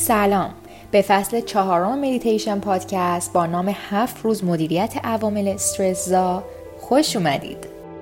سلام، به فصل 4 مدیتیشن پادکست با نام 7 روز مدیریت عوامل استرس زا خوش اومدید.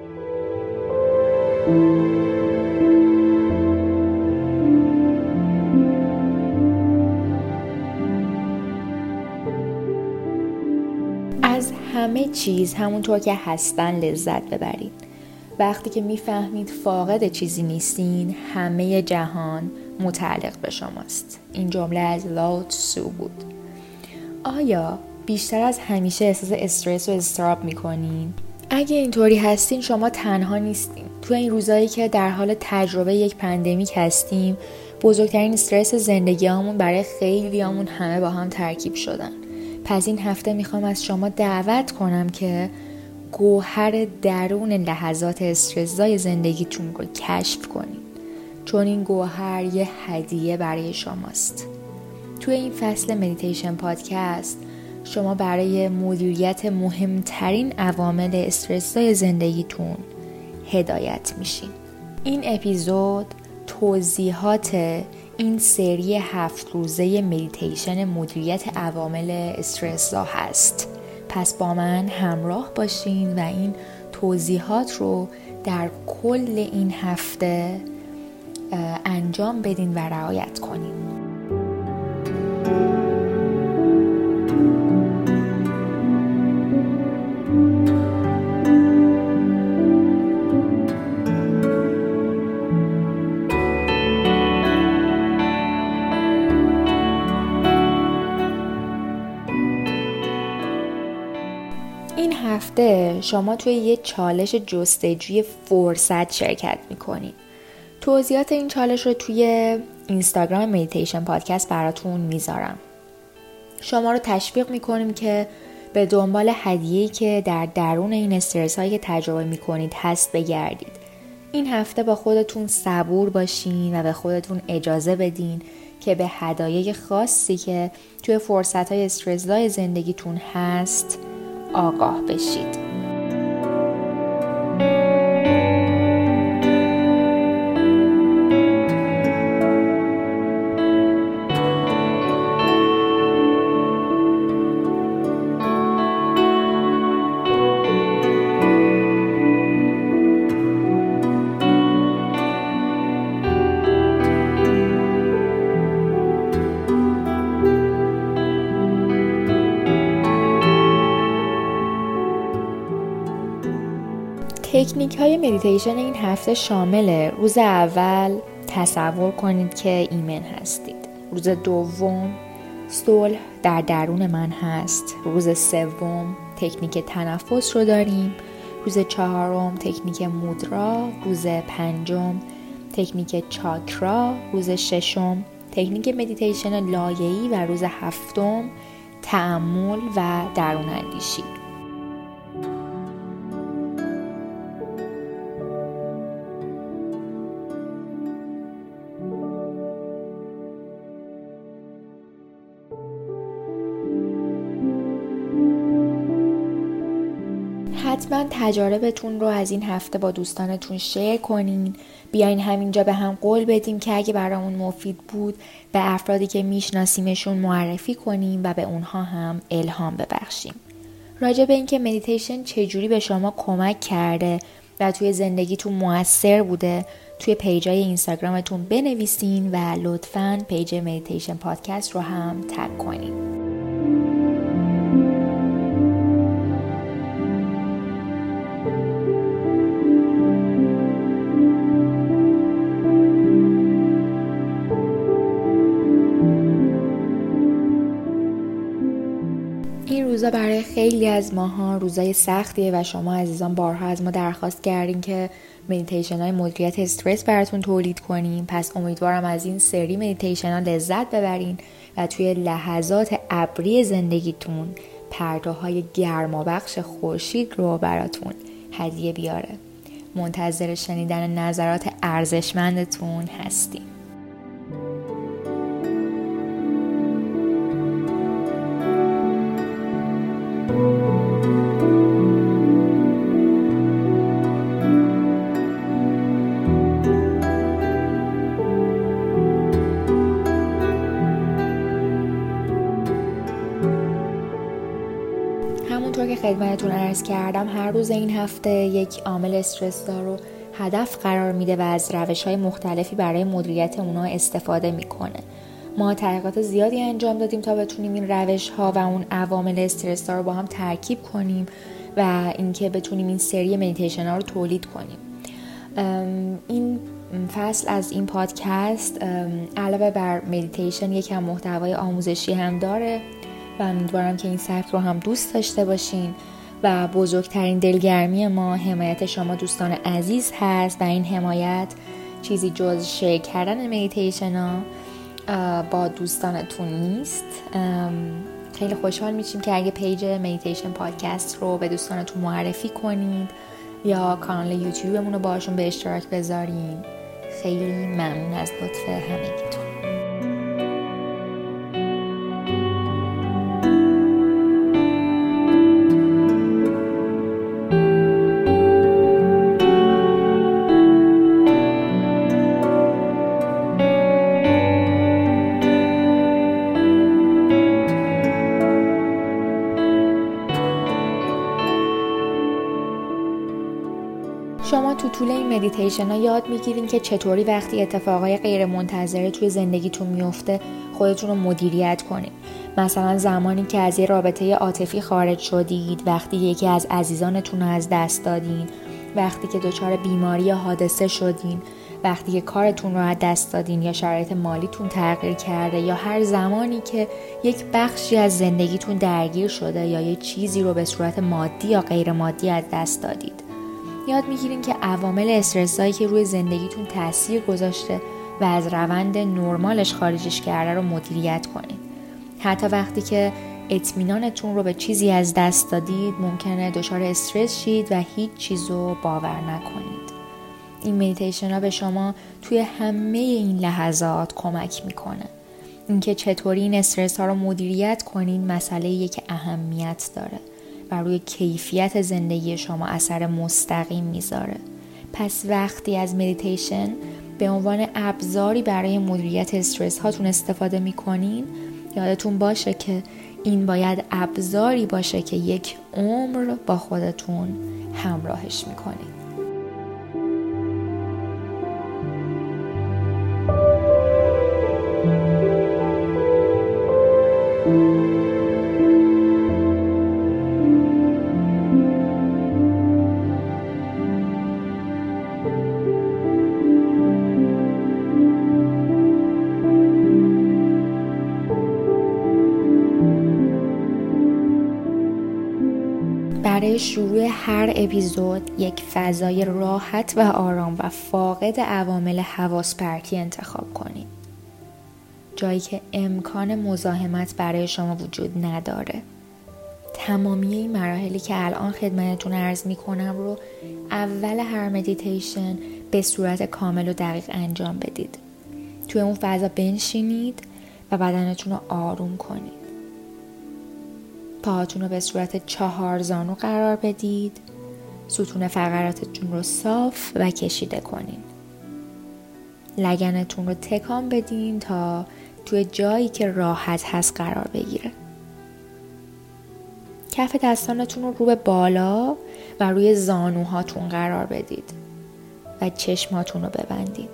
از همه چیز همونطور که هستن لذت ببرید. وقتی که میفهمید فاقد چیزی نیستین، همه جهان متعلق به شماست. این جمله از لاو تسو بود. آیا بیشتر از همیشه احساس استرس و اضطراب میکنین؟ اگه اینطوری هستین شما تنها نیستین. تو این روزایی که در حال تجربه یک پندمیک هستیم، بزرگترین استرس زندگیامون برای خیلیامون همه با هم ترکیب شدن. پس این هفته میخوام از شما دعوت کنم که گوهر درون لحظات استرس‌زای زندگیتون رو کشف کنین، چون این گوهر یه هدیه برای شماست. توی این فصل مدیتیشن پادکست شما برای مدیریت مهمترین عوامل استرس‌زای زندگیتون هدایت میشین. این اپیزود توضیحات این سری 7 روزه مدیتیشن مدیریت عوامل استرس‌زا هست. پس با من همراه باشین و این توضیحات رو در کل این هفته انجام بدین و رعایت کنین. این هفته شما توی یه چالش جستجوی فرصت شرکت میکنین. توضیحات این چالش رو توی اینستاگرام مدیتیشن پادکست براتون میذارم. شما رو تشویق میکنیم که به دنبال هدیه‌ای که در درون این استرس هایی که تجربه میکنید هست بگردید. این هفته با خودتون صبور باشین و به خودتون اجازه بدین که به هدایای خاصی که توی فرصت های استرس‌زای زندگیتون هست آگاه بشید. تکنیک های مدیتیشن این هفته شامل روز اول تصور کنید که ایمن هستید. روز دوم صلح در درون من هست. روز سوم تکنیک تنفس رو داریم. روز چهارم تکنیک مودرا. روز پنجم تکنیک چاکرا. روز ششم تکنیک مدیتیشن لایه‌ای و روز هفتم تأمل و درون اندیشی. حتما تجاربتون رو از این هفته با دوستانتون شیر کنین. بیاین همینجا به هم قول بدیم که اگه برامون مفید بود به افرادی که میشناسیمشون معرفی کنیم و به اونها هم الهام ببخشیم. راجع به این که مدیتیشن چجوری به شما کمک کرده و توی زندگیتون موثر بوده توی پیجای اینستاگرامتون بنویسین و لطفاً پیج مدیتیشن پادکست رو هم تگ کنین. این روزا برای خیلی از ماها روزای سختیه و شما عزیزان بارها از ما درخواست کردین که مدیتیشن های مدیریت استرس براتون تولید کنیم. پس امیدوارم از این سری مدیتیشن ها لذت ببرین و توی لحظات ابری زندگیتون پرتوهای گرمابخش خورشید رو براتون هدیه بیاره. منتظر شنیدن نظرات ارزشمندتون هستیم. خدمتتون عرض کردم هر روز این هفته یک عامل استرس دار رو هدف قرار میده و از روش‌های مختلفی برای مدیریت اونها استفاده میکنه. ما تحقیقات زیادی انجام دادیم تا بتونیم این روش‌ها و اون عوامل استرس دار رو با هم ترکیب کنیم و اینکه بتونیم این سری مدیتیشن ها رو تولید کنیم. این فصل از این پادکست علاوه بر مدیتیشن یکم محتوای آموزشی هم داره و امیدوارم که این سبک رو هم دوست داشته باشین و بزرگترین دلگرمی ما حمایت شما دوستان عزیز هست و این حمایت چیزی جز شیر کردن مدیتیشن ها با دوستانتون نیست. خیلی خوشحال میشیم که اگه پیج مدیتیشن پادکست رو به دوستانتون معرفی کنید یا کانال یوتیوبمون رو باشون به اشتراک بذارین. خیلی ممنون از لطف همگیتون. شما تو طول این مدیتیشن ها یاد میگیرین که چطوری وقتی اتفاقای غیر منتظره توی زندگیتون میفته خودتون رو مدیریت کنین. مثلا زمانی که از یه رابطه عاطفی خارج شدید، وقتی یکی از عزیزانتون رو از دست دادین، وقتی که دچار بیماری یا حادثه شدین، وقتی که کارتون رو از دست دادین یا شرایط مالیتون تغییر کرده یا هر زمانی که یک بخشی از زندگیتون درگیر شده یا یه چیزی رو به صورت مادی یا غیر مادی از دست دادید. یاد میگیرین که عوامل استرسایی که روی زندگیتون تاثیر گذاشته و از روند نرمالش خارجش کرده رو مدیریت کنین. حتی وقتی که اطمینانتون رو به چیزی از دست دادید ممکنه دچار استرس شید و هیچ چیزو باور نکنید. این مدیتیشن ها به شما توی همه این لحظات کمک میکنه. اینکه چطوری این استرس ها رو مدیریت کنین مسئله‌ایه که اهمیت داره و روی کیفیت زندگی شما اثر مستقیم میذاره. پس وقتی از مدیتیشن به عنوان ابزاری برای مدیریت استرس هاتون استفاده میکنین یادتون باشه که این باید ابزاری باشه که یک عمر با خودتون همراهش میکنین. برای شروع هر اپیزود یک فضای راحت و آرام و فاقد عوامل حواس پرتی انتخاب کنید. جایی که امکان مزاحمت برای شما وجود نداره. تمامی این مراحلی که الان خدمتتون عرض میکنم رو اول هر مدیتیشن به صورت کامل و دقیق انجام بدید. توی اون فضا بنشینید و بدنتون رو آروم کنید. پاهاتون رو به صورت 4 زانو قرار بدید. ستون فقراتتون رو صاف و کشیده کنین. لگنتون رو تکان بدین تا توی جایی که راحت هست قرار بگیره. کف دستانتون رو به بالا و روی زانوهاتون قرار بدید و چشماتون رو ببندید.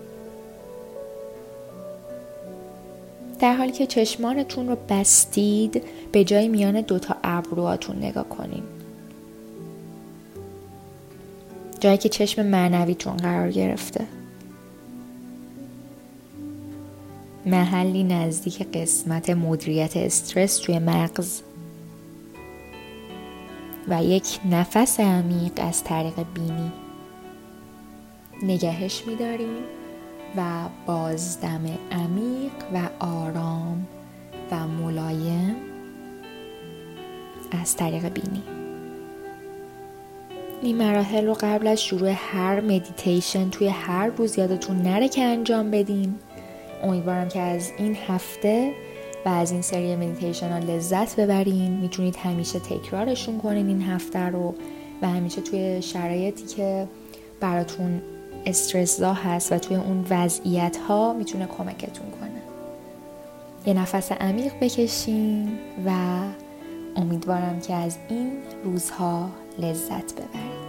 در حالی که چشمانتون رو بستید به جای میان 2 ابروهاتون نگاه کنین. جایی که چشم معنویتون قرار گرفته. محلی نزدیک قسمت مدیریت استرس توی مغز. و یک نفس عمیق از طریق بینی نگهش می‌داریم و بازدم عمیق و آرام و ملایم از طریق بینی. این مراحل رو قبل از شروع هر مدیتیشن توی هر روز یادتون نره که انجام بدین. امیدوارم که از این هفته و از این سری مدیتیشن ها لذت ببرین. میتونید همیشه تکرارشون کنین این هفته رو و همیشه توی شرایطی که براتون استرس زا هست و توی اون وضعیت ها میتونه کمکتون کنه. یه نفس عمیق بکشین و امیدوارم که از این روزها لذت ببرید.